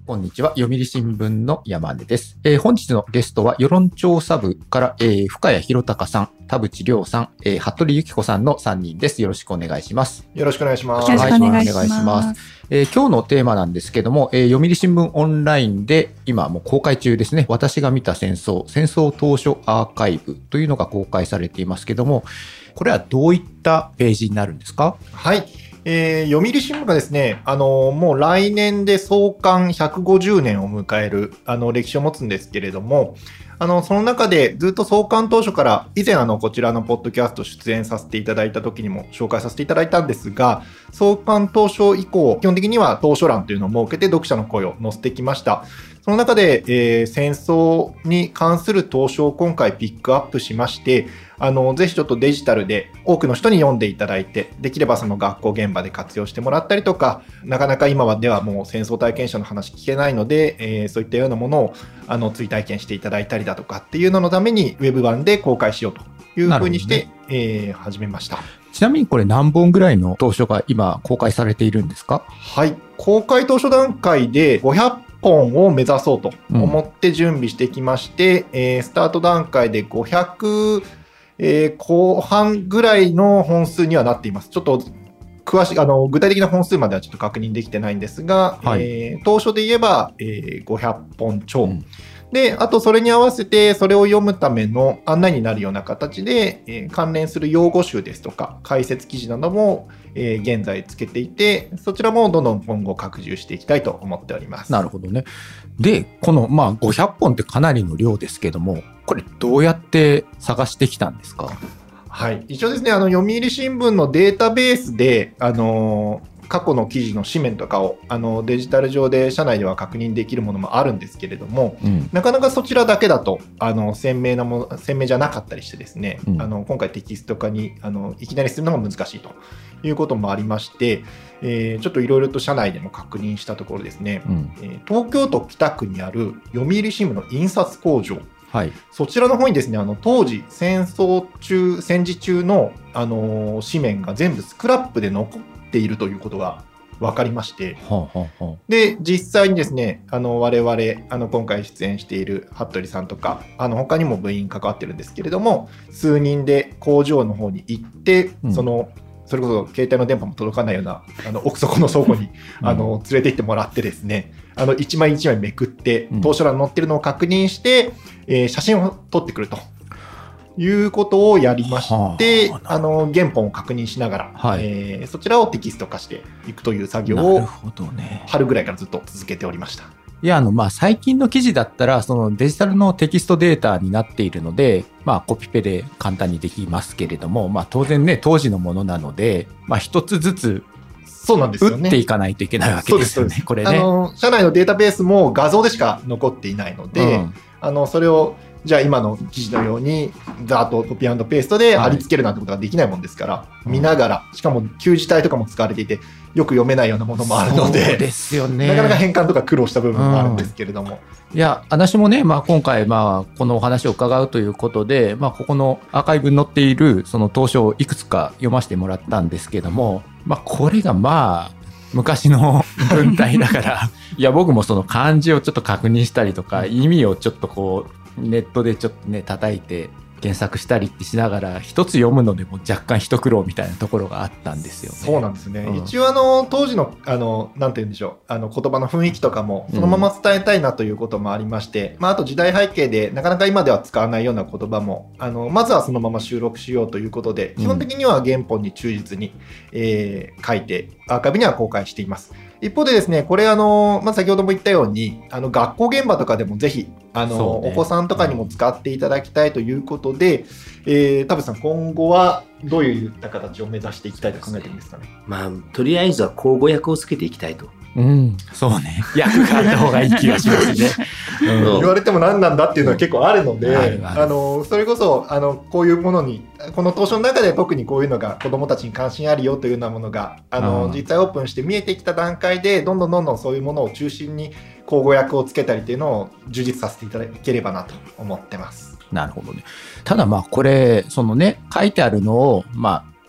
こんにちは。読売新聞の山根です。本日のゲストは世論調査部から、深谷弘隆さん、田淵亮さん、服部由紀子さんの3人です。よろしくお願いします。 よろしくお願いします。 よろしくお願いします。 今日のテーマなんですけども、読売新聞オンラインで今もう公開中ですね。私が見た戦争当初アーカイブというのが公開されていますけども、これはどういったページになるんですか？ はい。読売新聞がですね、もう来年で創刊150年を迎える、歴史を持つんですけれども、その中でずっと創刊当初から、以前こちらのポッドキャスト出演させていただいた時にも紹介させていただいたんですが、創刊当初以降、基本的には当初欄というのを設けて読者の声を載せてきました。その中で、戦争に関する投書を今回ピックアップしまして、ぜひちょっとデジタルで多くの人に読んでいただいて、できればその学校現場で活用してもらったりとか、なかなか今ではもう戦争体験者の話聞けないので、そういったようなものを追体験していただいたりだとかっていうののためにウェブ版で公開しようというふうにして、始めました。 ちなみにこれ何本ぐらいの投書が今公開されているんですか？ はい。公開当初段階で500本を目指そうと思って準備してきまして、スタート段階で500、後半ぐらいの本数にはなっています。ちょっと詳しい具体的な本数まではちょっと確認できてないんですが、はい、当初で言えば、500本超、で、あとそれに合わせてそれを読むための案内になるような形で、関連する用語集ですとか解説記事なども、現在つけていて、そちらもどんどん今後拡充していきたいと思っております。 なるほどね。で、この500本ってかなりの量ですけども、これどうやって探してきたんですか？ はい。一応ですね、読売新聞のデータベースで、過去の記事の紙面とかをデジタル上で社内では確認できるものもあるんですけれども、なかなかそちらだけだと鮮明じゃなかったりしてですね、今回テキスト化にいきなりするのが難しいということもありまして、ちょっといろいろと社内でも確認したところですね、東京都北区にある読売新聞の印刷工場、はい、そちらの方にですね、当時戦時中の、紙面が全部スクラップで残っているということが分かりまして、で実際にですね、我々今回出演している服部さんとか他にも部員関わってるんですけれども、数人で工場の方に行って、それこそ携帯の電波も届かないような奥底の倉庫に連れて行ってもらってですね、一枚一枚めくって当初欄に載ってるのを確認して、写真を撮ってくるということをやりまして、原本を確認しながら、はい、そちらをテキスト化していくという作業を春ぐらいからずっと続けておりました。 いや最近の記事だったらそのデジタルのテキストデータになっているので、コピペで簡単にできますけれども、当然ね当時のものなので、一つずつそうなんですよね、 打っていかないといけないわけですよね。これね、 社内のデータベースも画像でしか残っていないので、それをじゃあ今の記事のようにざーっとコピー&ペーストで貼り付けるなんてことができないもんですから、見ながら、しかも旧字体とかも使われていてよく読めないようなものもあるので、 そうですよね、 なかなか変換とか苦労した部分もあるんですけれども、 いや私もね、今回このお話を伺うということで、ここのアーカイブに載っているその投書をいくつか読ませてもらったんですけども、これが昔の文体だからいや僕もその漢字をちょっと確認したりとか、意味をちょっとネットでちょっとね叩いて検索したりってしながら一つ読むのでも若干一苦労みたいなところがあったんですよね。 そうなんですね、一応当時のなんて言うんでしょう、言葉の雰囲気とかもそのまま伝えたいなということもありまして、あと時代背景でなかなか今では使わないような言葉もまずはそのまま収録しようということで、基本的には原本に忠実に、書いてアーカイブには公開しています。一方でですね、これ先ほども言ったように学校現場とかでもぜひお子さんとかにも使っていただきたいということで、田淵さん今後はどういった形を目指していきたいと考えてるんですかね？ とりあえずは口語訳をつけていきたいと。 そうね、訳があった方がいい気がしますね。 言われても何なんだっていうのは結構あるので、それこそこういうものにこの投書の中で特にこういうのが子どもたちに関心あるよというようなものが実際オープンして見えてきた段階でどんどんそういうものを中心に口語訳をつけたりっていうのを充実させていただければなと思ってます。 なるほどね。ただこれそのね書いてあるのを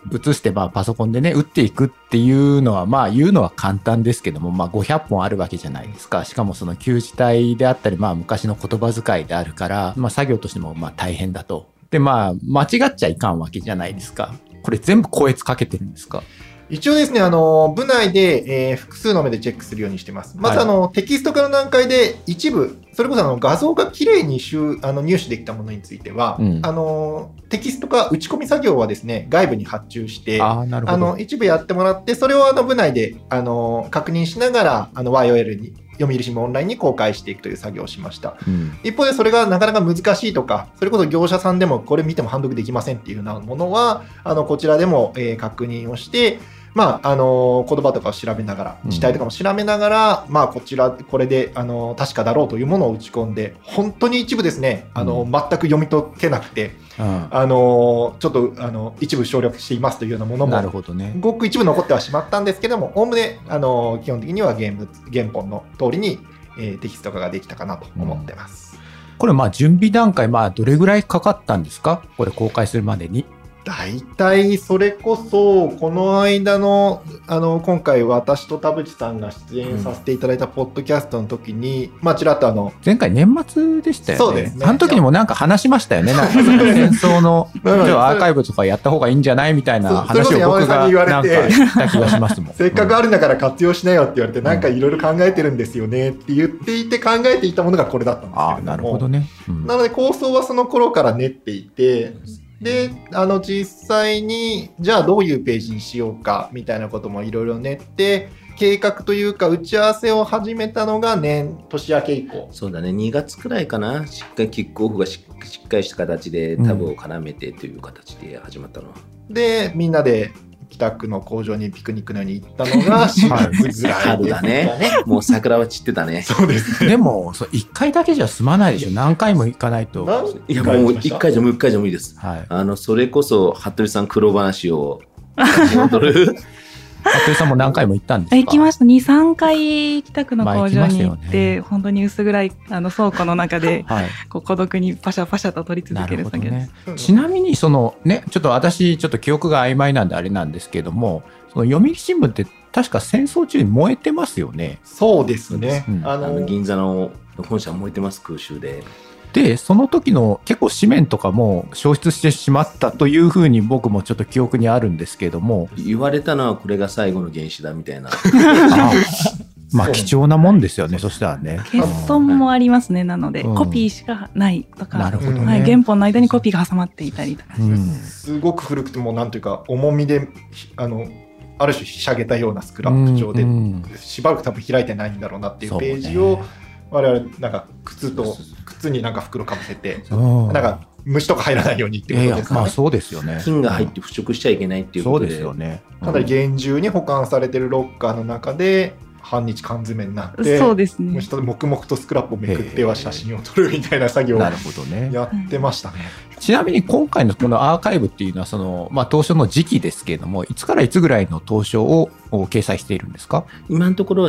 写してパソコンでね打っていくっていうのは言うのは簡単ですけども、500本あるわけじゃないですか。しかもその旧字体であったり昔の言葉遣いであるから、作業としても大変だと。で間違っちゃいかんわけじゃないですか。これ全部校閲かけてるんですか？ 一応ですね、部内で、複数の目でチェックするようにしてます。まずテキスト化の段階で一部、それこそ画像がきれいに入手できたものについては、テキスト化打ち込み作業はですね、外部に発注して、一部やってもらって、それを部内で確認しながらYOL に読売新聞オンラインに公開していくという作業をしました。一方でそれがなかなか難しいとか、それこそ業者さんでもこれ見ても判読できませんっていうようなものはこちらでも確認をして、言葉とかを調べながら、字体とかも調べながら、これで確かだろうというものを打ち込んで、本当に一部ですね、全く読み解けなくて、ちょっと一部省略していますというようなものも、ごく一部残ってはしまったんですけども、おおむね基本的には原本の通りに、テキスト化ができたかなと思ってます。 これ準備段階、どれぐらいかかったんですか？これ公開するまでに。 大体それこそこの間の今回私と田淵さんが出演させていただいたポッドキャストの時にちらっと前回年末でしたよね。 そうですね。 あの時にもなんか話しましたよね。なんか戦争のアーカイブとかやった方がいいんじゃないみたいな話を僕がなんか言った気がしますもん。 せっかくあるんだから活用しなよって言われて、なんかいろいろ考えてるんですよねって言っていて考えていたものがこれだったんですけれども。 なるほどね。 なので構想はその頃から練っていて、で実際にじゃあどういうページにしようかみたいなこともいろいろ練って計画というか打ち合わせを始めたのが年明け以降。 そうだね、2月くらいかな。しっかりキックオフがしっかりした形でタブを絡めてという形で始まったのは、 でみんなで北区の工場にピクニックのように行ったのが4月ぐらい春だね。もう桜は散ってたね。 そうですね。 でも1回だけじゃ済まないでしょ。何回も行かないと。 いやもう1回じゃもう1回じゃもいいです。それこそ服部さん黒話を戻る。 服部さんも何回も行ったんですか？ 行きました。2、3回北区の工場に行って、本当に薄暗い倉庫の中で、孤独にパシャパシャと取り続ける作業です。 ちなみにちょっと私ちょっと記憶が曖昧なんであれなんですけども、その読売新聞って確か戦争中に燃えてますよね。 そうですね。 銀座の本社燃えてます、空襲で。 でその時の結構紙面とかも消失してしまったというふうに僕もちょっと記憶にあるんですけども、 言われたのはこれが最後の原子だみたいな。 貴重なもんですよね。そしたらね、 欠損もありますね。なので、コピーしかないとか、 なるほどね。 原本の間にコピーが挟まっていたりとか、 すごく古くてもなんというか重みである種ひしゃげたようなスクラップ上で、しばらく多分開いてないんだろうなっていうページを、我々なんか靴になんか袋かぶせて、なんか虫とか入らないようにっていうことですかね。 そうですよね。 菌が入って腐食しちゃいけないっていうことで。 そうですよね。 かなり厳重に保管されてるロッカーの中で半日缶詰になって、 そうですね。 黙々とスクラップをめくっては写真を撮るみたいな作業をやってましたね。 ちなみに今回のこのアーカイブっていうのは当初の時期ですけれども、いつからいつぐらいの当初を掲載しているんですか？ 今のところは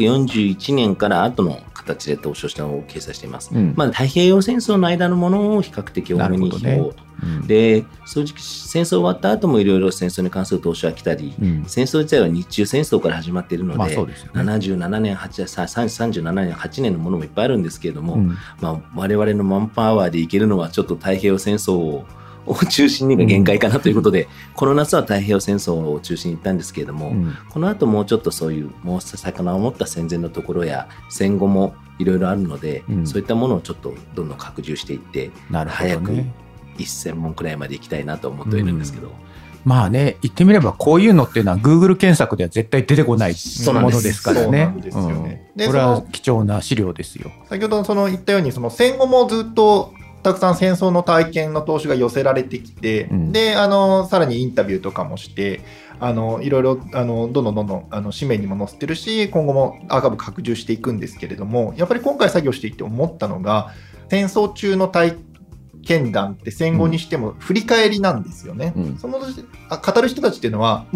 1941年から後の形で当初したのを掲載しています。太平洋戦争の間のものを比較的多めに拾おうと。で正直戦争終わった後もいろいろ戦争に関する投資は来たり、戦争自体は日中戦争から始まっているので、77年37年8年のものもいっぱいあるんですけれども、我々のマンパワーでいけるのはちょっと太平洋戦争を中心にが限界かなということで、この夏は太平洋戦争を中心に行ったんですけれども、この後もうちょっとそういうもう魚を持った戦前のところや戦後もいろいろあるので、そういったものをちょっとどんどん拡充していって、早く1000本くらいまで行きたいなと思っているんですけど、 言ってみればこういうのっていうのは Google 検索では絶対出てこないものですからね。これは貴重な資料ですよ。 先ほど言ったように戦後もずっとたくさん戦争の体験の投資が寄せられてきて、でさらにインタビューとかもしていろいろどんどん紙面にも載せてるし、今後もアーカイブ拡充していくんですけれども、やっぱり今回作業していて思ったのが、戦争中の体験談って戦後にしても振り返りなんですよね。その語る人たちっていうのはもう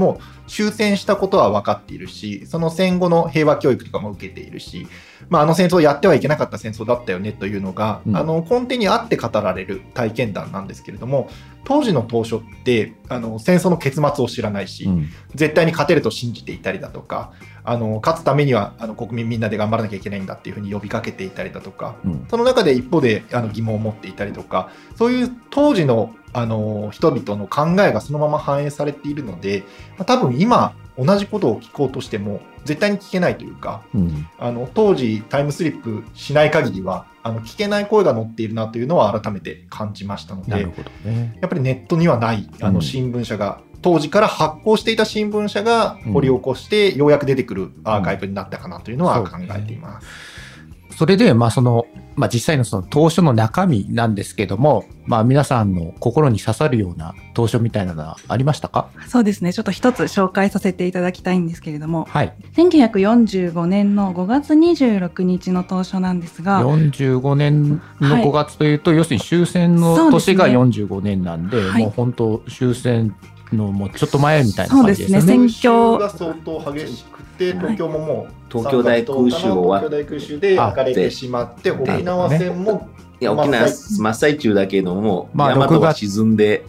終戦したことは分かっているし、その戦後の平和教育とかも受けているし、あの戦争をやってはいけなかった戦争だったよねというのが、根底にあって語られる体験談なんですけれども、当時の当初って戦争の結末を知らないし、絶対に勝てると信じていたりだとか、勝つためには国民みんなで頑張らなきゃいけないんだっていうふうに呼びかけていたりだとか、その中で一方で疑問を持っていたりとか、そういう当時の人々の考えがそのまま反映されているので、多分今同じことを聞こうとしても絶対に聞けないというか、当時タイムスリップしない限りは聞けない声が載っているなというのは改めて感じましたので、やっぱりネットにはない新聞社が、当時から発行していた新聞社が掘り起こしてようやく出てくるアーカイブになったかなというのは考えています。 それで、実際のその当初の中身なんですけども、皆さんの心に刺さるような当初みたいなのはありましたか？ そうですね。ちょっと一つ紹介させていただきたいんですけれども、 はい、 1945年の5月26日の当初なんですが、 45年の5月というと、要するに終戦の年が45年なんで、もう本当終戦のもうちょっと前みたいな感じですね。 そうですね。戦況が相当激しくて、東京ももう東京大空襲終わって、 東京大空襲で焼かれてしまって、沖縄戦も沖縄真っ最中だけども、大和が沈んで、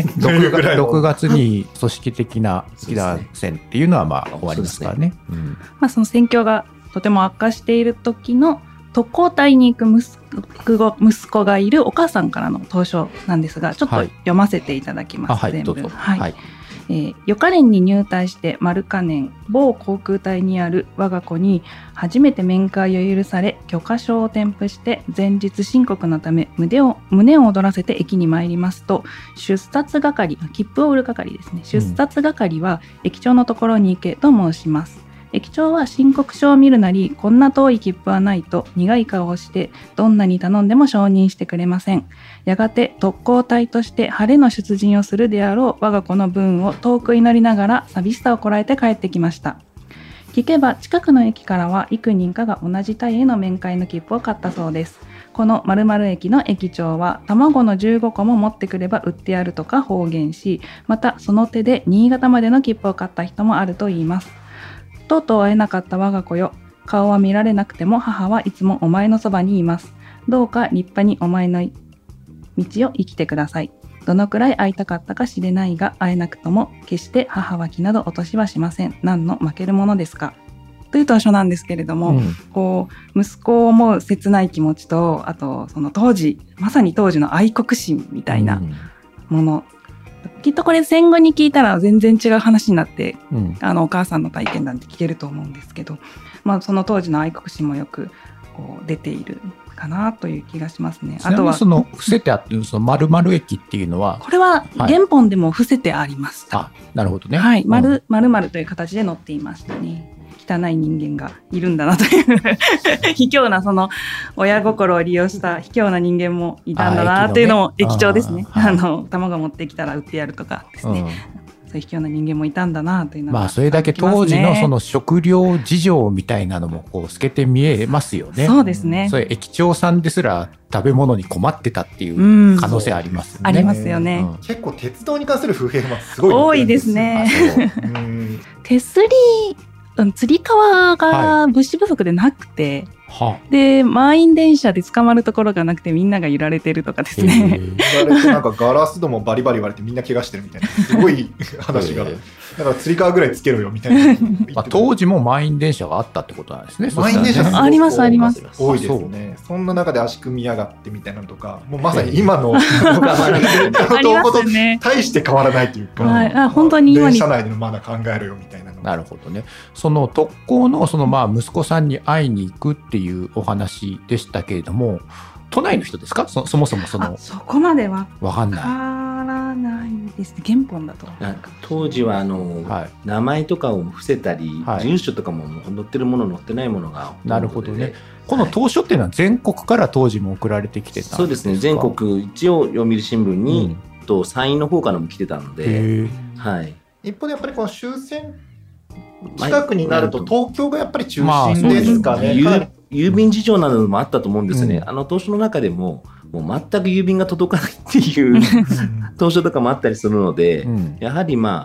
6月に組織的な沖縄戦っていうのは終わりますからね。 その戦況がとても悪化している時の特攻隊に行く息子がいるお母さんからの投書なんですが、ちょっと読ませていただきます。全部。予科連に入隊して丸か年、某航空隊にある我が子に初めて面会を許され、許可証を添付して前日申告のため胸を躍らせて駅に参りますと、出札係、切符を売る係ですね、出札係は駅長のところに行けと申します。駅長は申告書を見るなり、こんな遠い切符はないと苦い顔をして、どんなに頼んでも承認してくれません。やがて特攻隊として晴れの出陣をするであろう我が子の分を遠く祈りながら寂しさをこらえて帰ってきました。聞けば近くの駅からは幾人かが同じ隊への面会の切符を買ったそうです。この〇〇駅の駅長は卵の15個も持ってくれば売ってやるとか方言し、またその手で新潟までの切符を買った人もあるといいます。とうとう会えなかった我が子よ。顔は見られなくても母はいつもお前のそばにいます。どうか立派にお前の道を生きてください。どのくらい会いたかったか知れないが、会えなくとも決して母は気など落としはしません。何の負けるものですか。という投書なんですけれども、息子を思う切ない気持ちと、あとそのまさに当時の愛国心みたいなもの、きっとこれ戦後に聞いたら全然違う話になって、お母さんの体験談って聞けると思うんですけど、その当時の愛国心もよく出ているかなという気がしますね。 あとはその伏せてあってるその〇〇駅っていうのは、 これは原本でも伏せてありました。 なるほどね。 はい、〇〇という形で載っていましたね。汚い人間がいるんだなという卑怯なその親心を利用した卑怯な人間もいたんだなというのも駅長ですね。卵持ってきたら売ってやるとかですね。そういう卑怯な人間もいたんだなというのが、 それだけ当時のその食料事情みたいなのも透けて見えますよね。 そうですね。 それ駅長さんですら食べ物に困ってたっていう可能性ありますよね。 ありますよね。 結構鉄道に関する不平はすごい多いですね。手すりつり革が物資不足でなくて、で満員電車で捕まるところがなくてみんなが揺られてるとかですね。 揺られてなんかガラス戸もバリバリ割れてみんな怪我してるみたいなすごい話が、だからつり革ぐらいつけろよみたいな。 当時も満員電車があったってことなんですね。 満員電車ありますあります。 多いですね。そんな中で足組みやがってみたいなのとか、もうまさに今のこと大して変わらないというか、 本当に今に電車内でのまだ考えろよみたいな。 なるほどね。その特攻の息子さんに会いに行くっていうお話でしたけれども、都内の人ですか？そもそもそこまでは分かんないですね。原本だと当時は名前とかを伏せたり、住所とかも載ってるもの載ってないものが、 なるほどね。この投書っていうのは全国から当時も送られてきてたんですか？ そうですね。全国一応読売新聞に、と山陰の方からも来てたので、 一方でやっぱりこの終戦近くになると東京がやっぱり中心ですかね。 郵便事情などもあったと思うんですね。当初の中でもう全く郵便が届かないっていう当初とかもあったりするので、やはり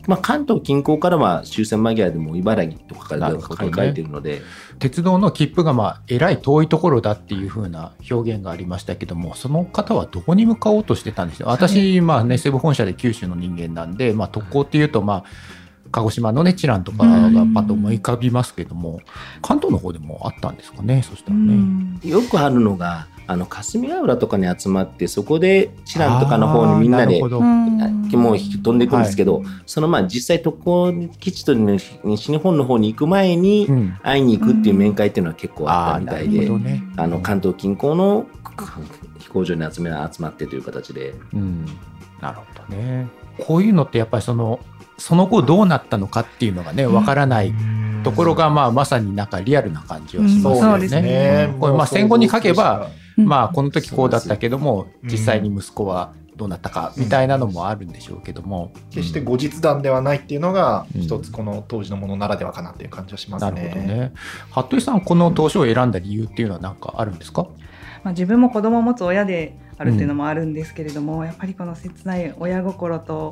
関東近郊からは終戦間際でも茨城とかから買い替えているので、 鉄道の切符がえらい遠いところだっていう風な表現がありましたけども、その方はどこに向かおうとしてたんですよ。私、西部本社で九州の人間なんで、特攻っていうと鹿児島の知覧とかがパッと思い浮かびますけども、関東の方でもあったんですかね。そしたらね、 よくあるのが霞ヶ浦とかに集まって、そこで知覧とかの方にみんなでもう引き飛んでいくんですけど、その実際特攻基地と西日本の方に行く前に会いに行くっていう面会っていうのは結構あったみたいで、関東近郊の飛行場に集まってという形で、 なるほどね。こういうのってやっぱりその後どうなったのかっていうのがねわからないところがまさにリアルな感じはしますよね。これ戦後に書けばこの時こうだったけども実際に息子はどうなったかみたいなのもあるんでしょうけども、 決して後日談ではないっていうのが一つこの当時のものならではかなっていう感じはしますね。 なるほどね。服部さん、この投書を選んだ理由っていうのは何かあるんですか？ 自分も子供を持つ親であるっていうのもあるんですけれども、やっぱりこの切ない親心と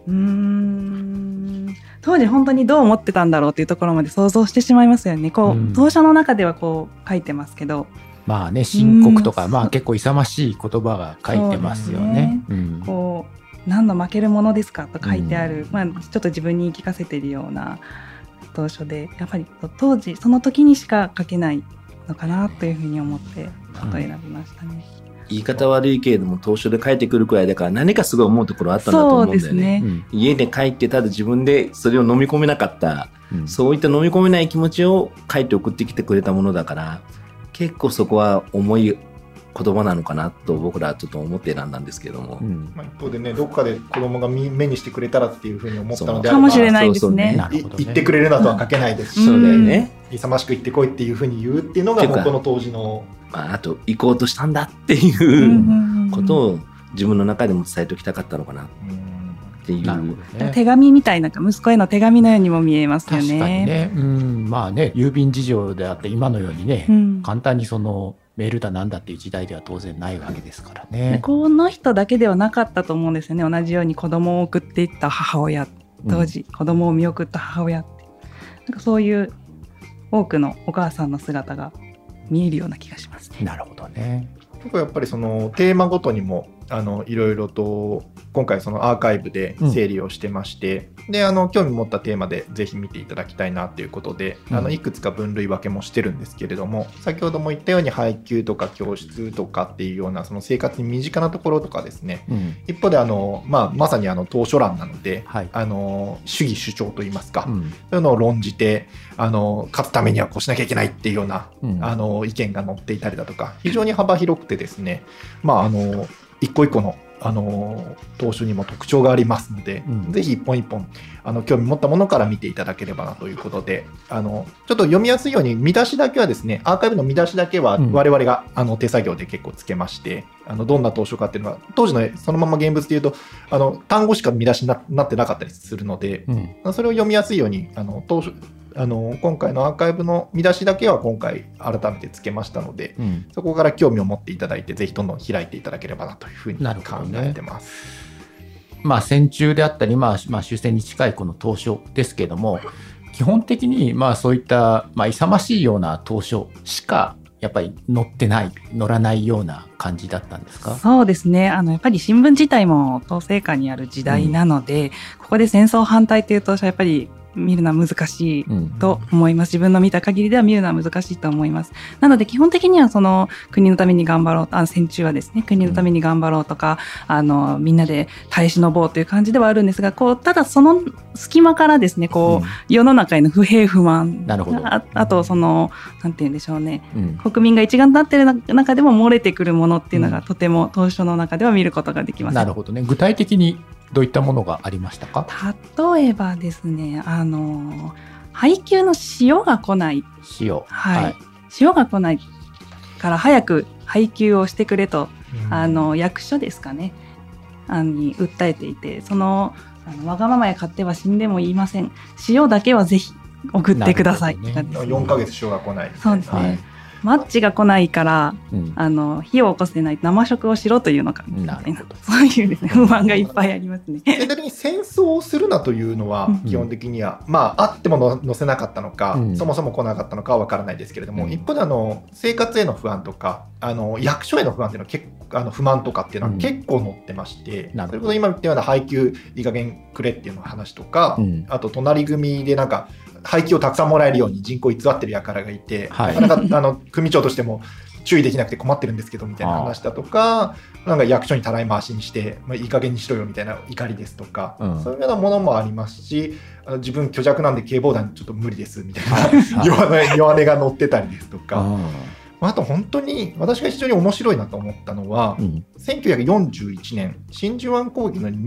当時本当にどう思ってたんだろうっていうところまで想像してしまいますよね。投書の中では書いてますけど、 深刻とか結構勇ましい言葉が書いてますよね。 何の負けるものですかと書いてある、ちょっと自分に言い聞かせているような投書で、やっぱり当時その時にしか書けないのかなというふうに思って選びましたね。 言い方悪いけれども投書で書いてくるくらいだから何かすごい思うところあったんだと思うんだよね。そうですね。家で書いてただ自分でそれを飲み込めなかった、そういった飲み込めない気持ちを書いて送ってきてくれたものだから、結構そこは重い言葉なのかなと僕らはちょっと思って選んだんですけども、 一方でね、どっかで子供が目にしてくれたらっていうふうに思ったのであればかもしれないですね。 言ってくれるなとは書けないですし、 そうだよね。 勇ましく言ってこいっていうふうに言うっていうのがこの当時のあと行こうとしたんだっていうことを自分の中でも伝えておきたかったのかなっていう、 手紙みたいな息子への手紙のようにも見えますよね。 確かにね、郵便事情であって今のようにね、簡単にそのメールだなんだっていう時代では当然ないわけですからね。 この人だけではなかったと思うんですよね。同じように子供を送っていった母親、当時子供を見送った母親って、そういう多くのお母さんの姿が見えるような気がしますね。 なるほどね。 やっぱりそのテーマごとにもいろいろと今回そのアーカイブで整理をしてまして、で興味持ったテーマでぜひ見ていただきたいなということで、いくつか分類分けもしてるんですけれども、先ほども言ったように配給とか教室とかっていうようなその生活に身近なところとかですね、一方でまさに当初欄なので、主義主張といいますか、そういうのを論じて勝つためにはこうしなきゃいけないっていうような、意見が載っていたりだとか、非常に幅広くてですね、一個一個の投書にも特徴がありますので、ぜひ一本一本興味持ったものから見ていただければなということで、ちょっと読みやすいように見出しだけはですね、アーカイブの見出しだけは我々が手作業で結構つけまして、どんな投書かっていうのは当時のそのまま現物でいうと単語しか見出しになってなかったりするので、それを読みやすいように投書今回のアーカイブの見出しだけは今回改めてつけましたので、そこから興味を持っていただいてぜひどんどん開いていただければなというふうに考えてます。 戦中であったり、終戦に近いこの投書ですけども、基本的にそういった、勇ましいような投書しかやっぱり乗らないような感じだったんですか？ そうですね。やっぱり新聞自体も統制下にある時代なので、ここで戦争反対という投書はやっぱり見るのは難しいと思います。自分の見た限りでは見るのは難しいと思います。なので基本的にはその国のために頑張ろう、戦中はですね、国のために頑張ろうとか、みんなで耐え忍ぼうという感じではあるんですが、ただその隙間からですね、世の中への不平不満、あとなんて言うんでしょうね、国民が一丸となっている中でも漏れてくるものっていうのがとても投書の中では見ることができます。 なるほどね。具体的にどういったものがありましたか？ 例えばですね、配給の塩が来ない。 塩が来ないから早く配給をしてくれと、役所ですかね、に訴えていて、わがままや勝手は死んでも言いません。塩だけはぜひ送ってください。 4ヶ月塩が来ない。 そうですね。 マッチが来ないから、火を起こせない生食をしろというのかみたいな、そういうですね、不満がいっぱいありますね。 全体的に戦争をするなというのは基本的には、あっても載せなかったのか、そもそも来なかったのかは分からないですけれども、一方で生活への不安とか役所への不安っていうのは結構不満とかっていうのは結構載ってまして、それこそ今言ったような配給いい加減くれっていうの話とか、あと隣組でなんか配給をたくさんもらえるように人口偽ってる輩がいて、なかなか組長としても注意できなくて困ってるんですけどみたいな話だとか、なんか役所にたらい回しにして、いい加減にしろよみたいな怒りですとか、そういうようなものもありますし、自分虚弱なんで警棒弾ちょっと無理ですみたいな弱音が載ってたりですとか、あと本当に私が非常に面白いなと思ったのは、1941年真珠湾攻撃の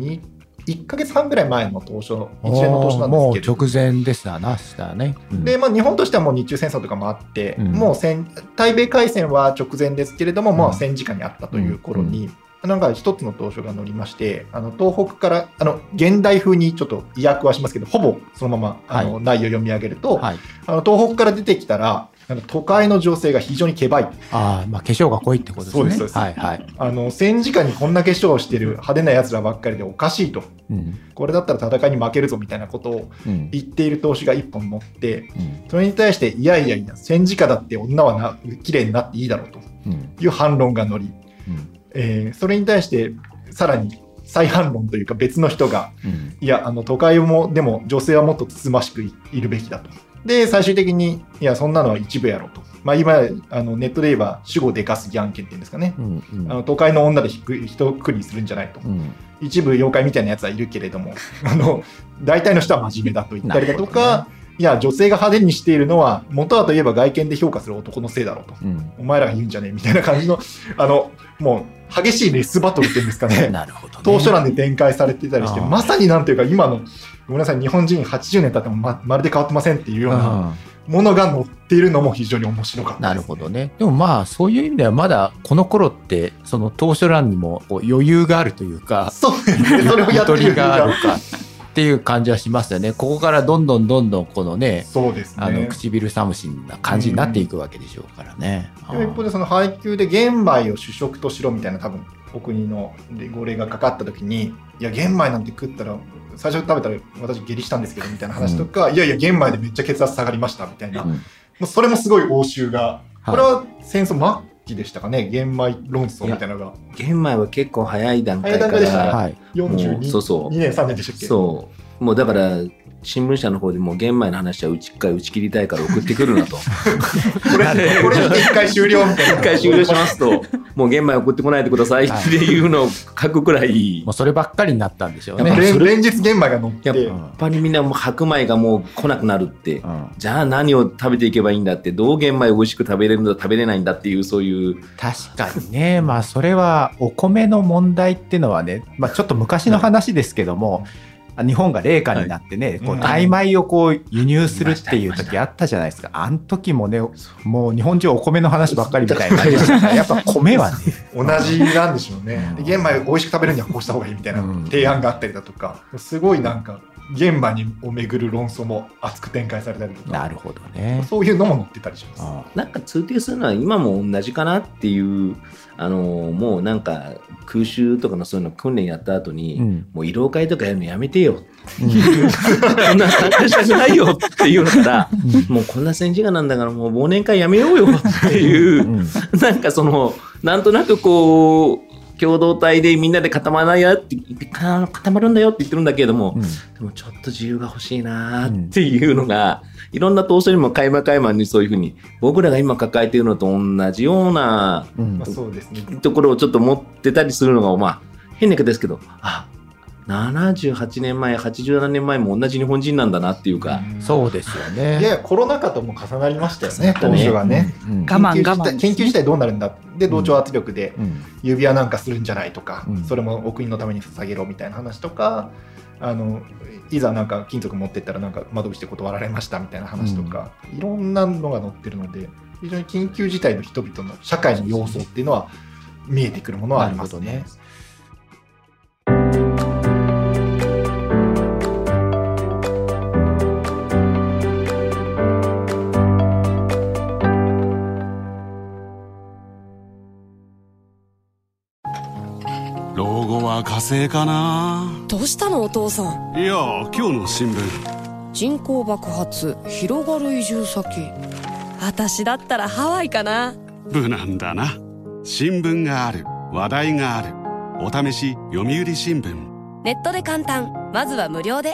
1ヶ月半ぐらい前の当初、一連の当初なんですけど、 もう直前ですなしたね。 で、日本としてはもう日中戦争とかもあって、もう対米開戦は直前ですけれども、もう戦時下にあったという頃に、なんか一つの当初が載りまして、東北から現代風にちょっと意訳はしますけど、ほぼそのまま内容を読み上げると、東北から出てきたら都会の女性が非常にけばい。 化粧が濃いってことですね。 そうです。戦時下にこんな化粧をしてる派手なやつらばっかりでおかしいと、これだったら戦いに負けるぞみたいなことを言っている投資が一本載って、それに対していや戦時下だって女は綺麗になっていいだろうという反論が載り、それに対してさらに再反論というか別の人が、いや都会もでも女性はもっとつつましくいるべきだと。で最終的にいやそんなのは一部やろと、今ネットで言えば主語でかすぎ案件っていうんですかね、都会の女で一括りするんじゃないと、一部妖怪みたいなやつはいるけれども大体の人は真面目だと言ったりだとか、いや女性が派手にしているのは元はといえば外見で評価する男のせいだろうと、お前らが言うんじゃねえみたいな感じのもう激しいレスバトルっていうんですかねなるほどね、 当初欄で展開されていたりして、まさになんていうか今のごめんなさい日本人80年経っても まるで変わってませんっていうようなものが載っているのも非常に面白かったですね。 なるほどね。でもそういう意味ではまだこの頃ってその当初欄にも余裕があるというか、 そうですね、それをやってるがあるかっていう感じはしますよね。ここからどんどんこのね、 そうですね、 唇寒しな感じになっていくわけでしょうからね。 一方でその配給で玄米を主食としろみたいな多分お国の号令がかかった時に、いや玄米なんて食ったら最初食べたら私下痢したんですけどみたいな話とか、いや玄米でめっちゃ血圧下がりましたみたいな、もうそれもすごい応酬が、これは戦争末期でしたかね、玄米論争みたいなのが。 玄米は結構早い段階からでしたね、42年3年でしたっけ。 そうもうだから新聞社の方でもう玄米の話は打ち切りたいから送ってくるなとこれで一回終了みたいな、 一回終了しますともう玄米送ってこないでくださいっていうのを書くくらい、 もうそればっかりになったんでしょうね。 連日玄米が乗って、 やっぱりみんなもう白米がもう来なくなるって、じゃあ何を食べていけばいいんだって、どう玄米を美味しく食べれるんだ食べれないんだっていう、そういう。 確かにね、それはお米の問題っていうのはね、ちょっと昔の話ですけども、日本が冷夏になってね、タイ米を輸入するっていう時あったじゃないですか。あの時もね、もう日本中お米の話ばっかりみたいな感じでしたからやっぱ米はね同じなんでしょうね。玄米を美味しく食べるにはこうした方がいいみたいな提案があったりだとか、すごいなんか玄米をめぐる論争も熱く展開されたりとか。 なるほどね。 そういうのも載ってたりします。 なんか通底するのは今も同じかなっていう、もうなんか空襲とかのそういうの訓練やった後に、もう慰労会とかやるのやめてよ、そんな参加したくないよっていうのから、もうこんな戦時下なんだからもう忘年会やめようよっていう、なんかなんとなく共同体でみんなで固まるんだよって言ってるんだけれども、でもちょっと自由が欲しいなっていうのが、いろんな当初にも垣間にそういうふうに僕らが今抱えているのと同じようなところをちょっと持ってたりするのが、変な言い方ですけど、78年前87年前も同じ日本人なんだなっていうか、 そうですよね。 いやコロナ禍とも重なりましたよね、当初はね。 我慢研究自体どうなるんだで、同調圧力で指輪なんかするんじゃないとか、それもお国のために捧げろみたいな話とか、いざなんか金属持ってったらなんか窓口で断られましたみたいな話とか、いろんなのが載ってるので、非常に緊急事態の人々の社会の様相っていうのは見えてくるものはありますね。 生かな。 どうしたのお父さん。 いや今日の新聞、 人口爆発広がる移住先。私だったらハワイかな。 無難だな。新聞がある、話題がある。お試し読売新聞。 ネットで簡単、まずは無料で。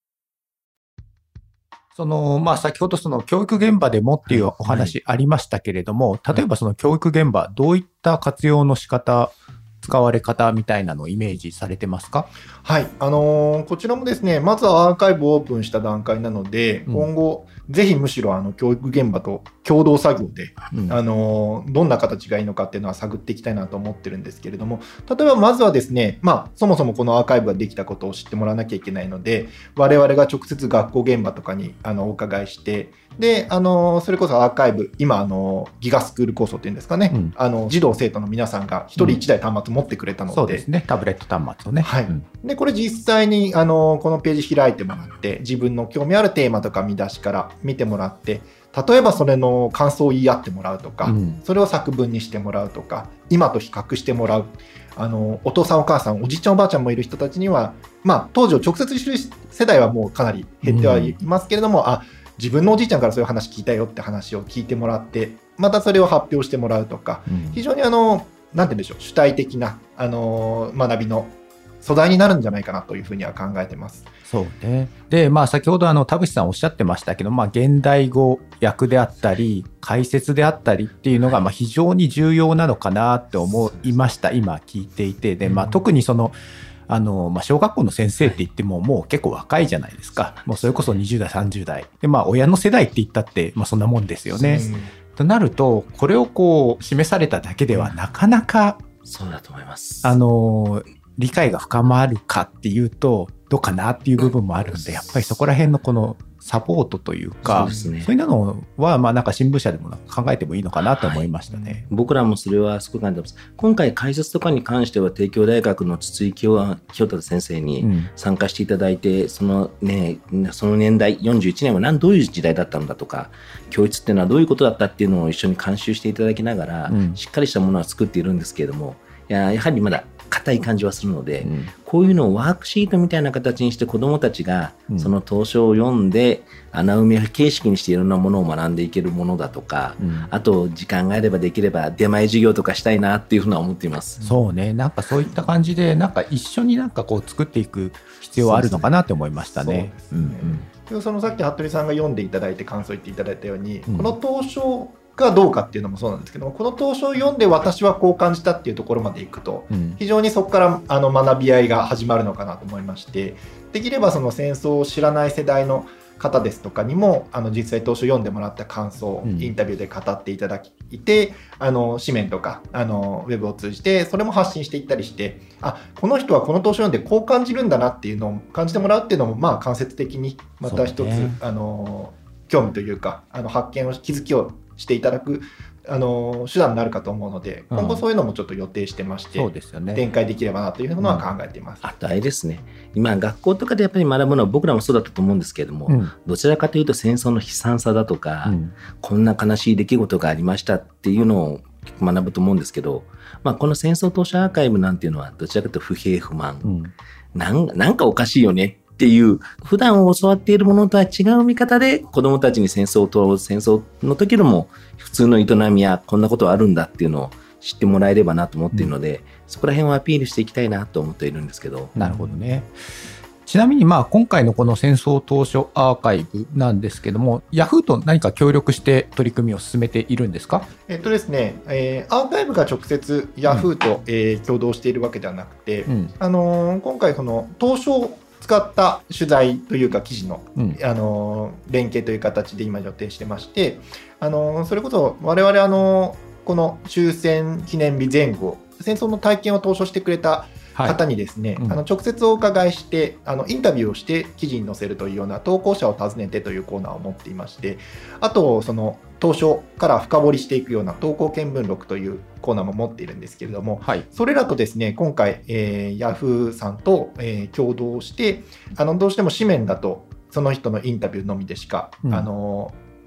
先ほど教育現場でもっていうお話ありましたけれども、例えば教育現場、どういった活用の仕方、使われ方みたいなのをイメージされてますか？ はい、こちらもですね、まずはアーカイブをオープンした段階なので、今後、ぜひむしろ教育現場と共同作業で、どんな形がいいのかっていうのは探っていきたいなと思ってるんですけれども、例えばまずはですね、そもそもこのアーカイブができたことを知ってもらわなきゃいけないので、我々が直接学校現場とかにお伺いして、でそれこそアーカイブ、今ギガスクール構想っていうんですかね、児童生徒の皆さんが1人1台端末持ってくれたので、 そうですね、タブレット端末をね、 はい、でこれ実際にこのページ開いてもらって、自分の興味あるテーマとか見出しから見てもらって、例えばそれの感想を言い合ってもらうとか、それを作文にしてもらうとか、今と比較してもらう、お父さんお母さんおじいちゃんおばあちゃんもいる人たちには、当時を直接知る世代はもうかなり減ってはいますけれども、自分のおじいちゃんからそういう話聞いたよって話を聞いてもらって、またそれを発表してもらうとか、非常になんて言うんでしょう、主体的な学びの素材になるんじゃないかなというふうには考えてます。 そうね。で、先ほど田淵さんおっしゃってましたけど、現代語訳であったり解説であったりっていうのが非常に重要なのかなって思いました。今聞いていて、で、特に小学校の先生って言ってももう結構若いじゃないですか。もうそれこそ20代30代で、親の世代って言ったって、そんなもんですよね。となると、これを示されただけではなかなか、 そうだと思います。 理解が深まるかっていうとどうかなっていう部分もあるんで、やっぱりそこら辺のこのサポートというか、そういうのはなんか新聞社でも考えてもいいのかなと思いましたね。 僕らもそれはすごく感じてます。今回解説とかに関しては帝京大学の筒井清忠先生に参加していただいて、その年代41年はどういう時代だったのだとか、教育っていうのはどういうことだったっていうのを一緒に監修していただきながら、しっかりしたものは作っているんですけれども、やはりまだ硬い感じはするので、こういうのをワークシートみたいな形にして子どもたちがその投書を読んで穴埋め形式にしていろんなものを学んでいけるものだとか、あと時間があればできれば出前授業とかしたいなっていうふうに思っています。 そうね、なんかそういった感じで一緒に作っていく必要はあるのかなって思いましたね。 さっき服部さんが読んでいただいて感想言っていただいたように、この投書がどうかっていうのもそうなんですけども、この投書を読んで私はこう感じたっていうところまでいくと、非常にそこから学び合いが始まるのかなと思いまして、できればその戦争を知らない世代の方ですとかにも実際投書を読んでもらった感想をインタビューで語っていただいて、紙面とかウェブを通じてそれも発信していったりして、この人はこの投書を読んでこう感じるんだなっていうのを感じてもらうっていうのも間接的にまた一つ、興味というか発見を気づきをしていただく手段になるかと思うので、今後そういうのもちょっと予定してまして、そうですよね、展開できればなというのは考えています。 あとあれですね、今学校とかでやっぱり学ぶのは僕らもそうだったと思うんですけれども、どちらかというと戦争の悲惨さだとか、こんな悲しい出来事がありましたっていうのを学ぶと思うんですけど、この戦争投書アーカイブなんていうのはどちらかというと不平不満、なんかおかしいよねっていう普段教わっているものとは違う見方で子どもたちに戦争の時でも普通の営みやこんなことはあるんだっていうのを知ってもらえればなと思っているので、そこら辺をアピールしていきたいなと思っているんですけど。 なるほどね。ちなみに今回のこの戦争投書アーカイブなんですけども、ヤフーと何か協力して取り組みを進めているんですか？ ですね、アーカイブが直接ヤフーと、共同しているわけではなくて、今回この投書を使った取材というか記事の、連携という形で今予定してまして、それこそ我々この終戦記念日前後戦争の体験を投書してくれた方にですね、直接お伺いしてインタビューをして記事に載せるというような投稿者を訪ねてというコーナーを持っていまして、あとその投書から深掘りしていくような投稿見聞録というコーナーも持っているんですけれども、それらとですね今回、ヤフーさんと、共同してどうしても紙面だとその人のインタビューのみでしか、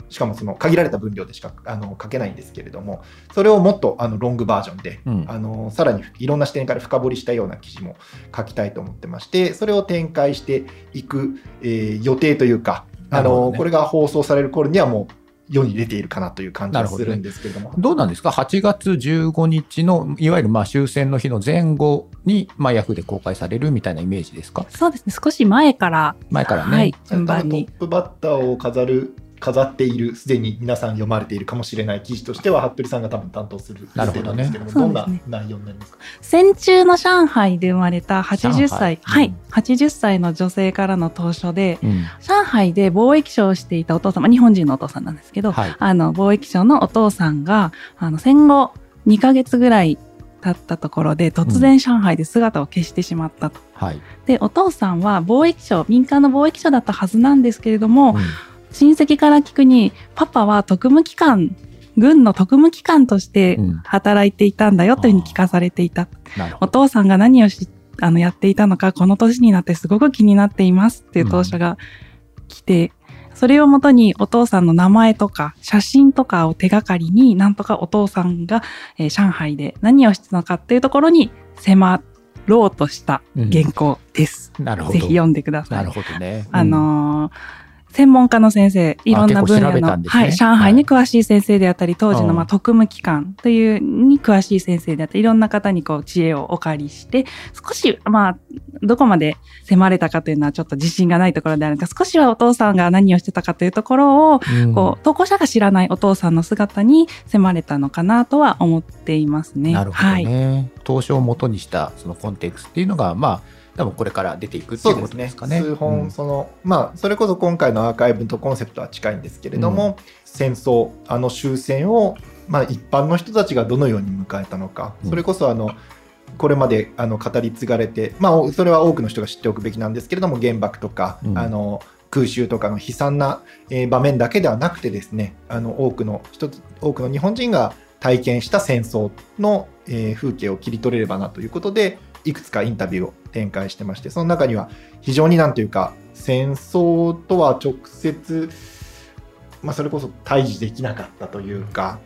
しかもその限られた分量でしか書けないんですけれども、それをもっとロングバージョンで、さらにいろんな視点から深掘りしたような記事も書きたいと思ってまして、それを展開していく、予定というか、これが放送される頃にはもう世に出ているかなという感じがするんですけれども。 どうなんですか、8月15日のいわゆる終戦の日の前後に、ヤフーで公開されるみたいなイメージですか？ そうですね、少し前からね、 はい、順番にトップバッターを飾っている、すでに皆さん読まれているかもしれない記事としては服部さんが多分担当する予定なんですけども、どんな内容になりますか？ 戦中の上海で生まれた80歳、80歳の女性からの投書で、上海で貿易商をしていたお父様、日本人のお父さんなんですけど、貿易商のお父さんが戦後2ヶ月ぐらい経ったところで突然上海で姿を消してしまったと。で、お父さんは貿易商、民間の貿易商だったはずなんですけれども、親戚から聞くに、パパは軍の特務機関として働いていたんだよというふうに聞かされていた。お父さんが何をやっていたのか、この年になってすごく気になっていますっていう投書が来て、それをもとにお父さんの名前とか写真とかを手がかりに、なんとかお父さんが、上海で何をしてたのかっていうところに迫ろうとした原稿です。ぜひ読んでください。 なるほどね。 専門家の先生、いろんな分野の、上海に詳しい先生であったり、当時の特務機関というに詳しい先生であったり、いろんな方に知恵をお借りして、少し、どこまで迫れたかというのはちょっと自信がないところであるんですが、少しはお父さんが何をしてたかというところを、投稿者が知らないお父さんの姿に迫れたのかなとは思っていますね。 なるほどね。投書を元にしたそのコンテクストっていうのが、多分これから出ていくっていうことですかね。 数本、それこそ今回のアーカイブとコンセプトは近いんですけれども、戦争、終戦を、一般の人たちがどのように迎えたのか、それこそこれまで語り継がれて、それは多くの人が知っておくべきなんですけれども、原爆とか、空襲とかの悲惨な場面だけではなくてですね、多くの日本人が体験した戦争の風景を切り取れればなということで、いくつかインタビューを展開してまして、その中には非常になんというか、戦争とは直接、それこそ対峙できなかったというか、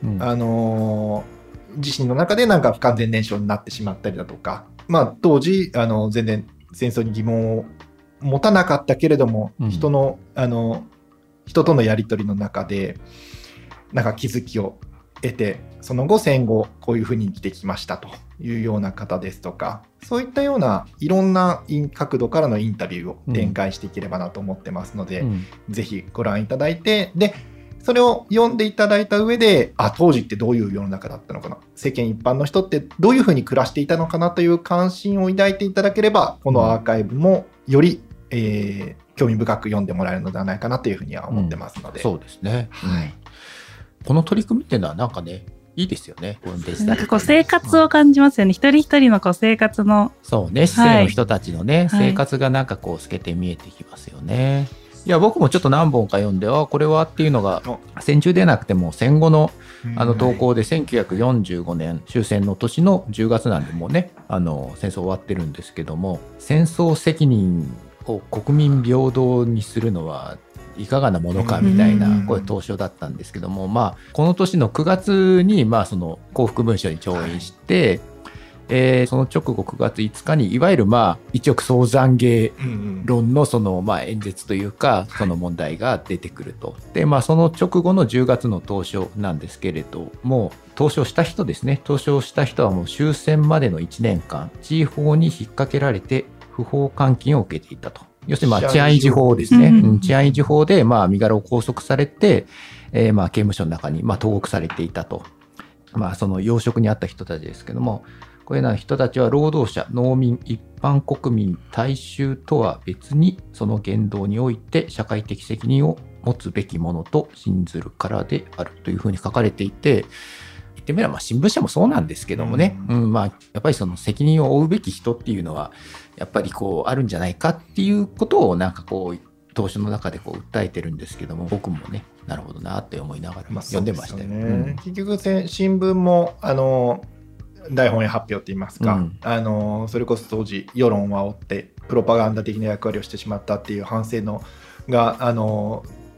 自身の中でなんか不完全燃焼になってしまったりだとか、当時全然戦争に疑問を持たなかったけれども、人とのやり取りの中でなんか気づきを得て、その後戦後こういうふうに生きてきましたというような方ですとか、そういったようないろんな角度からのインタビューを展開していければなと思ってますので、ぜひご覧いただいて、でそれを読んでいただいた上で、当時ってどういう世の中だったのかな、世間一般の人ってどういうふうに暮らしていたのかなという関心を抱いていただければ、このアーカイブもより、興味深く読んでもらえるのではないかなというふうには思ってますので、 そうですね、この取り組みっていうのはなんかね、いいですよね。 なんか生活を感じますよね。一人一人の生活の。 そうね、市政の人たちのね、生活がなんか透けて見えてきますよね。いや、僕もちょっと何本か読んで、これはっていうのが、戦中でなくても戦後の投稿で、1945年終戦の年の10月なんで、もうね、戦争終わってるんですけども、戦争責任を国民平等にするのはいかがなものかみたいな、これ投書だったんですけども、この年の9月にその幸福文書に調印して、その直後9月5日にいわゆる一億総懺悔論のその演説というか、その問題が出てくると。でその直後の10月の投書なんですけれども、投書した人ですね、投書した人はもう終戦までの1年間地位法に引っ掛けられて不法監禁を受けていたと。要するに治安維持法ですね。治安維持法で身柄を拘束されて、刑務所の中に投獄されていたと。その要職にあった人たちですけども、これらの人たちは労働者、農民、一般国民、大衆とは別にその言動において社会的責任を持つべきものと信ずるからであるというふうに書かれていて、言ってみれば新聞社もそうなんですけどもね、やっぱりその責任を負うべき人っていうのはやっぱりあるんじゃないかっていうことをなんか投書の中で訴えてるんですけども、僕もね、なるほどなって思いながら読んでましたよね。 結局新聞も大本営発表って言いますか、それこそ当時世論を煽ってプロパガンダ的な役割をしてしまったっていう反省のが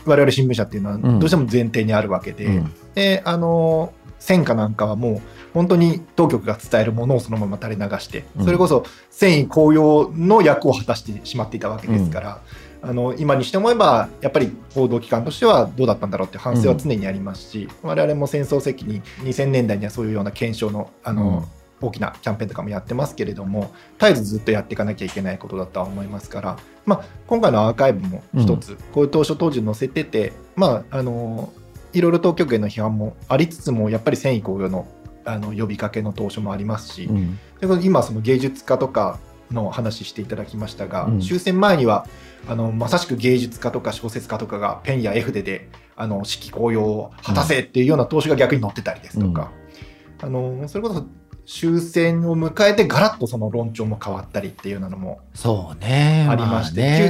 我々新聞社っていうのはどうしても前提にあるわけで、で戦火なんかはもう本当に当局が伝えるものをそのまま垂れ流して、それこそ戦意高揚の役を果たしてしまっていたわけですから、今にして思えばやっぱり報道機関としてはどうだったんだろうって反省は常にありますし、我々も戦争責任2000年代にはそういうような検証の大きなキャンペーンとかもやってますけれども、絶えずずっとやっていかなきゃいけないことだとは思いますから、今回のアーカイブも一つ、こういう当初当時載せてて、いろいろ当局への批判もありつつも、やっぱり戦意高揚の呼びかけの当初もありますし、今その芸術家とかの話していただきましたが、終戦前にはまさしく芸術家とか小説家とかがペンや絵筆で士気高揚を果たせっていうような投資が逆に載ってたりですとか、それこそ終戦を迎えてガラッとその論調も変わったりっていうようなのもありまして、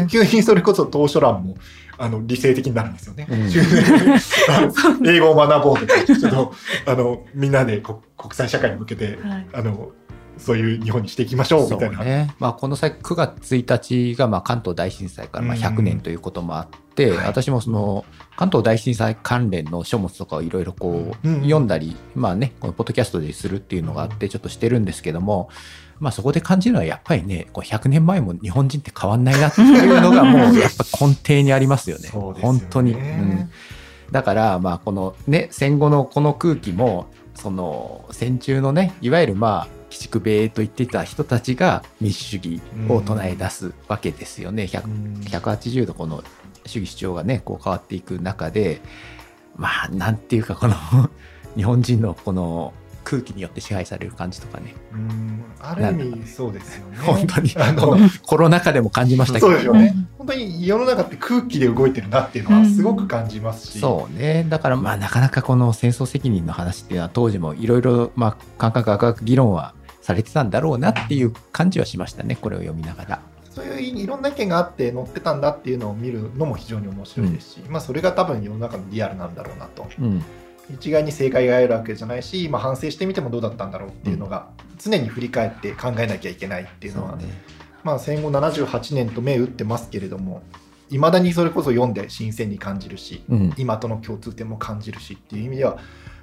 急にそれこそ当初欄も理性的になるんですよね。英語を学ぼうとか、ちょっとみんなで国際社会に向けて、そういう日本にしていきましょうみたいな。 この際9月1日が関東大震災から100年ということもあって、私もその関東大震災関連の書物とかをいろいろ読んだり、このポッドキャストでするっていうのがあってちょっとしてるんですけども、そこで感じるのはやっぱりね、100年前も日本人って変わんないなっていうのがもうやっぱ根底にありますよね。本当に。だからこのね、戦後のこの空気もその戦中のね、いわゆる鬼畜米と言っていた人たちが民主主義を唱え出すわけですよね。180度この主義主張がね変わっていく中で、なんていうかこの日本人のこの空気によって支配される感じとかね。 ある意味そうですよね。 本当にコロナ禍でも感じましたけど。 そうですよね。本当に世の中って空気で動いてるなっていうのはすごく感じますし。 そうね。だからなかなかこの戦争責任の話っていうのは当時もいろいろ感覚赤く議論はされてたんだろうなっていう感じはしましたね。これを読みながら。 そういういろんな意見があって載ってたんだっていうのを見るのも非常に面白いですし、それが多分世の中のリアルなんだろうなと。一概に正解があるわけじゃないし、反省してみてもどうだったんだろうっていうのが常に振り返って考えなきゃいけないっていうのは、戦後78年と銘打ってますけれども、いまだにそれこそ読んで新鮮に感じるし、今との共通点も感じるしっていう意味では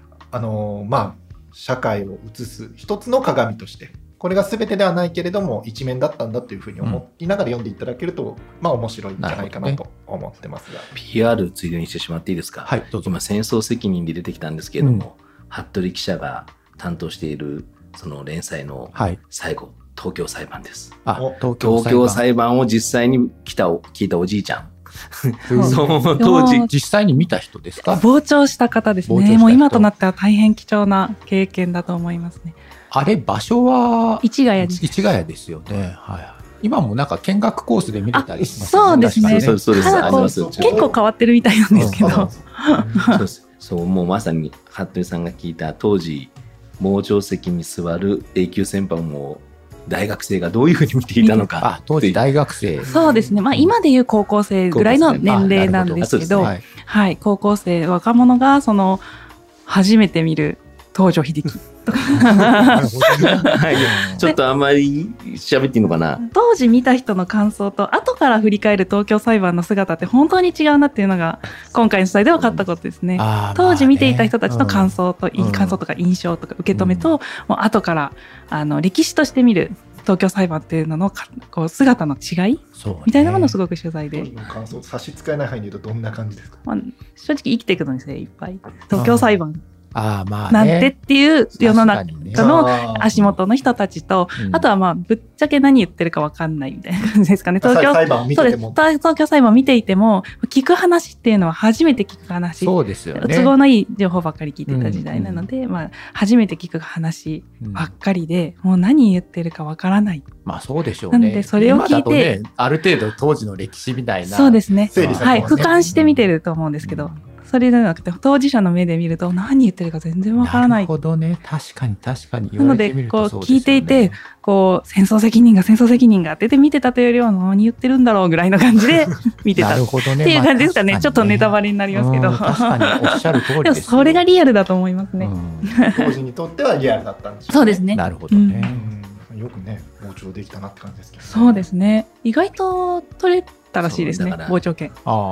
社会を映す一つの鏡として、これが全てではないけれども一面だったんだというふうに思いながら読んでいただけると、面白いんじゃないかなと思ってますが、 PR ついでにしてしまっていいですか。 はい、どうぞ。 今戦争責任で出てきたんですけれども、服部記者が担当しているその連載の最後、東京裁判です。東京裁判を実際に聞いたおじいちゃん。 そう当時実際に見た人ですか。 傍聴した方ですね。もう今となっては大変貴重な経験だと思いますね。 あれ場所は市ヶ谷です。 市ヶ谷ですよね。今もなんか見学コースで見れたりします。 そうですね。 そうです。あります。 結構変わってるみたいなんですけど。 そうもうまさに服部さんが聞いた当時傍聴席に座る永久戦犯も大学生がどういうふうに見ていたのか。 当時大学生。 そうですね。今でいう高校生ぐらいの年齢なんですけど、高校生若者がその初めて見る東條英機ちょっとあんまり喋っていいのかな。 当時見た人の感想と後から振り返る東京裁判の姿って本当に違うなっていうのが今回の取材で分かったことですね。当時見ていた人たちの感想とか印象とか受け止めと、もう後から歴史として見る東京裁判っていうののこう姿の違いみたいなものをすごく取材で。 感想差し支えない範囲で言うとどんな感じですか。 正直生きていくのに精一杯東京裁判なんてっていう世の中の足元の人たちと、あとはぶっちゃけ何言ってるか分かんないみたいな感じですかね。東京裁判を見てても、東京裁判を見ていても聞く話っていうのは初めて聞く話。 そうですよね。 都合のいい情報ばっかり聞いてた時代なので、初めて聞く話ばっかりで、もう何言ってるか分からない。 そうでしょうね。 なのでそれを聞いて、 ある程度当時の歴史みたいな。 そうですね。俯瞰して見てると思うんですけど。それではなくて当事者の目で見ると何言ってるか全然わからない。 なるほどね。確かになので聞いていて戦争責任がって見てたというよりは何言ってるんだろうぐらいの感じで見てたっていう感じですかね。ちょっとネタバレになりますけど。 確かにおっしゃる通りです。 でもそれがリアルだと思いますね。 当時にとってはリアルだったんですね。 そうですね。 なるほどね。 よくね傍聴できたなって感じですけど。 そうですね。意外と取れたらしいですね。傍聴券。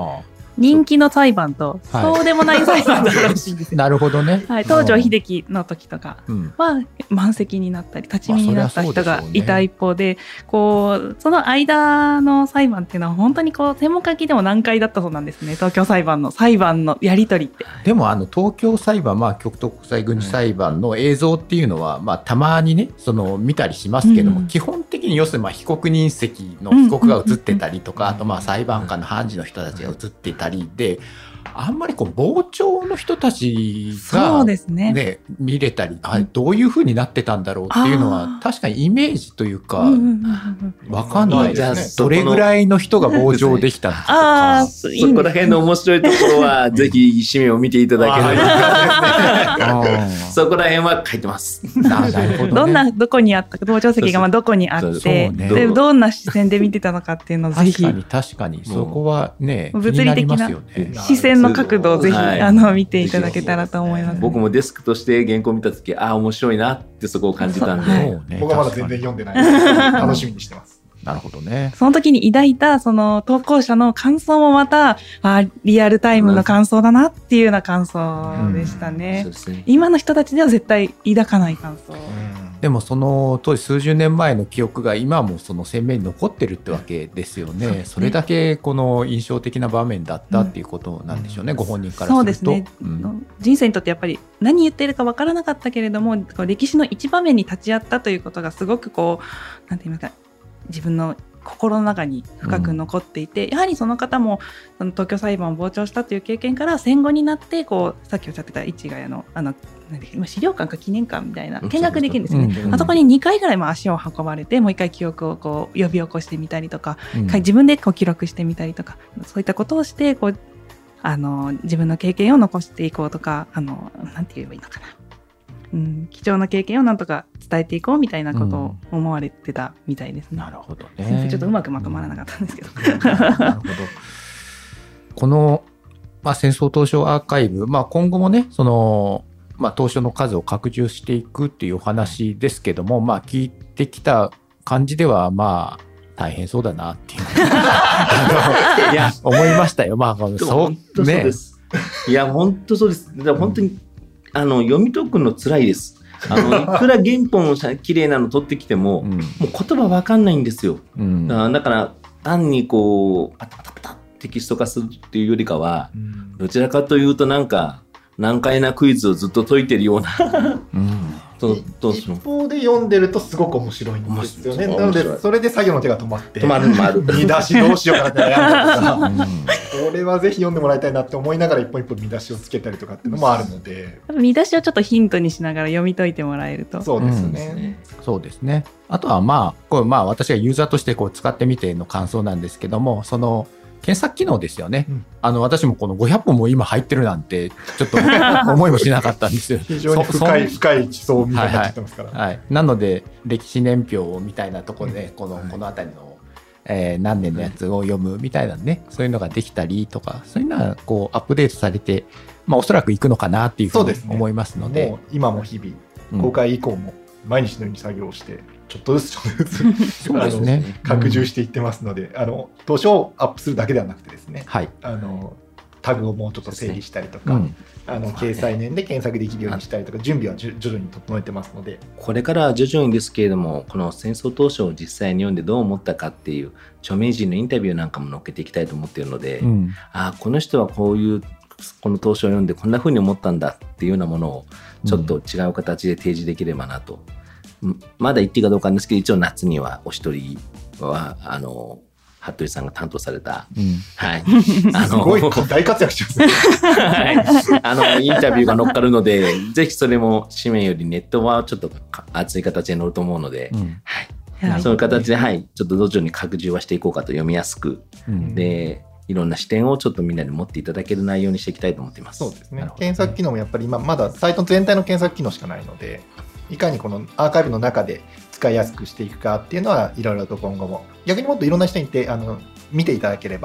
人気の裁判と、そうでもない裁判だったらしいんですよ。 なるほどね。 はい、東條英機の時とかは満席になったり立ち見になった人がいた一方で、こうその間の裁判っていうのは本当にこう専門家聞いても難解だったそうなんですね。東京裁判のやり取りって。 でも東京裁判、極東国際軍事裁判の映像っていうのは、たまにね見たりしますけども、基本的に要するに被告人席の被告が映ってたりとか、あと裁判官の判事の人たちが映ってたりで、あんまり傍聴の人たちが、ね、見れたり、どういう風になってたんだろうっていうのは確かにイメージというかわかんないですね。どれぐらいの人が傍聴できたのかとか、 そこら辺の面白いところはぜひ紙面を見ていただければそこら辺は書いてます。 なるほどね。 どこにあったか、傍聴席がどこにあってでどんな視線で見てたのかっていうのをぜひ確かにそこはね、 物理的な視線の角度をぜひ見ていただけたらと思います。 僕もデスクとして原稿を見たとき、面白いなってそこを感じたんで、 僕はまだ全然読んでないので楽しみにしてます。 なるほどね。 その時に抱いたその投稿者の感想もまたリアルタイムの感想だなっていうような感想でしたね。今の人たちでは絶対抱かない感想。 でもその当時数十年前の記憶が今もその鮮明に残ってるってわけですよね。それだけこの印象的な場面だったっていうことなんでしょうね、ご本人からすると。 そうですね、人生にとってやっぱり何言ってるか分からなかったけれども、歴史の一場面に立ち会ったということがすごくなんて言いますか、自分の心の中に深く残っていて、やはりその方もその東京裁判を傍聴したという経験から戦後になってさっきおっしゃってた市ヶ谷の今資料館か記念館みたいな見学できるんですね。あそこに2回ぐらい足を運ばれて、もう1回記憶を呼び起こしてみたりとか、自分で記録してみたりとか、そういったことをして自分の経験を残していこうとか、なんて言えばいいのかな、貴重な経験をなんとか伝えていこうみたいなことを思われてたみたいですね。 なるほどね。 先生ちょっとうまくまとまらなかったんですけど。 なるほど。この、戦争当初アーカイブ、今後もね当初の数を拡充していくっていうお話ですけども、聞いてきた感じでは大変そうだなっていういや思いましたよ。 そうね。いや本当そうです。だから本当に読み解くの辛いです。いくら原本を綺麗なの取ってきても、もう言葉わかんないんですよ。だから単にパタパタパタテキスト化するっていうよりかは、どちらかというと難解なクイズをずっと解いてるような一方で読んでるとすごく面白いんですよね。なのでそれで作業の手が止まって見出しどうしようかなって悩んだりとかこれはぜひ読んでもらいたいなって思いながら一本一本見出しをつけたりとかっていうのもあるので、 見出しをちょっとヒントにしながら読み解いてもらえると。 そうですね、 そうですね。あとはこれ私がユーザーとして使ってみての感想なんですけども、その検索機能ですよね。私もこの500本も今入ってるなんてちょっと思いもしなかったんですよ。 非常に深い地層みたいになってますから。 なので歴史年表みたいなところでこの辺りの、何年のやつを読むみたいなね、そういうのができたりとか、そういうのはアップデートされて、おそらくいくのかなっていうふうに思いますので、 もう今も日々公開以降も毎日のように作業をしてちょっとずつそうですね、 拡充していってますので、当初をアップするだけではなくてですね、タグをもうちょっと整理したりとか、掲載年で検索できるようにしたりとか、準備は徐々に整えてますので、 これから徐々にですけれども、この戦争当初を実際に読んでどう思ったかっていう著名人のインタビューなんかも載っけていきたいと思っているので、この人はこの当初を読んでこんな風に思ったんだっていうようなものをちょっと違う形で提示できればなと。まだ言っていいかどうかなんですけど、一応夏にはお一人は服部さんが担当された、 すごい大活躍してますインタビューが載っかるのでぜひそれも紙面よりネットはちょっと熱い形で載ると思うので、そういう形で、ちょっと徐々に拡充はしていこうかと、読みやすく、でいろんな視点をちょっとみんなで持っていただける内容にしていきたいと思っています。 そうですね。検索機能もやっぱり今まだサイト全体の検索機能しかないので、いかにこのアーカイブの中で使いやすくしていくかっていうのはいろいろと今後も逆にもっといろんな人に見ていただければ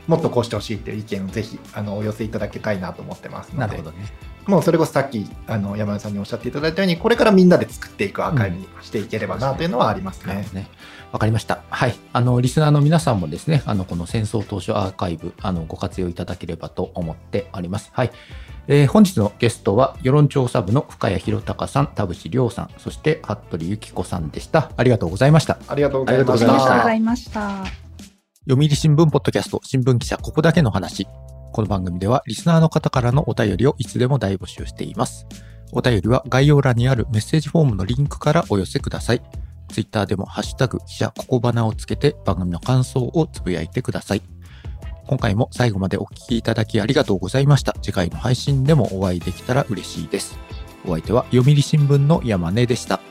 もっとこうしてほしいっていう意見をぜひお寄せいただきたいなと思ってますので。 なるほどね。 もうそれこそさっき山根さんにおっしゃっていただいたように、これからみんなで作っていくアーカイブにしていければなというのはありますね。 わかりました。はい。リスナーの皆さんもですね、この戦争当初アーカイブ、ご活用いただければと思っております。はい。本日のゲストは、世論調査部の深谷弘隆さん、田淵亮さん、そして服部由紀子さんでした。ありがとうございました。 ありがとうございました。 ありがとうございました。 読売新聞ポッドキャスト、新聞記者ここだけの話。この番組ではリスナーの方からのお便りをいつでも大募集しています。お便りは概要欄にあるメッセージフォームのリンクからお寄せください。ツイッターでもハッシュタグ記者ここばなをつけて番組の感想をつぶやいてください。今回も最後までお聞きいただきありがとうございました。次回の配信でもお会いできたら嬉しいです。お相手は読売新聞の山根でした。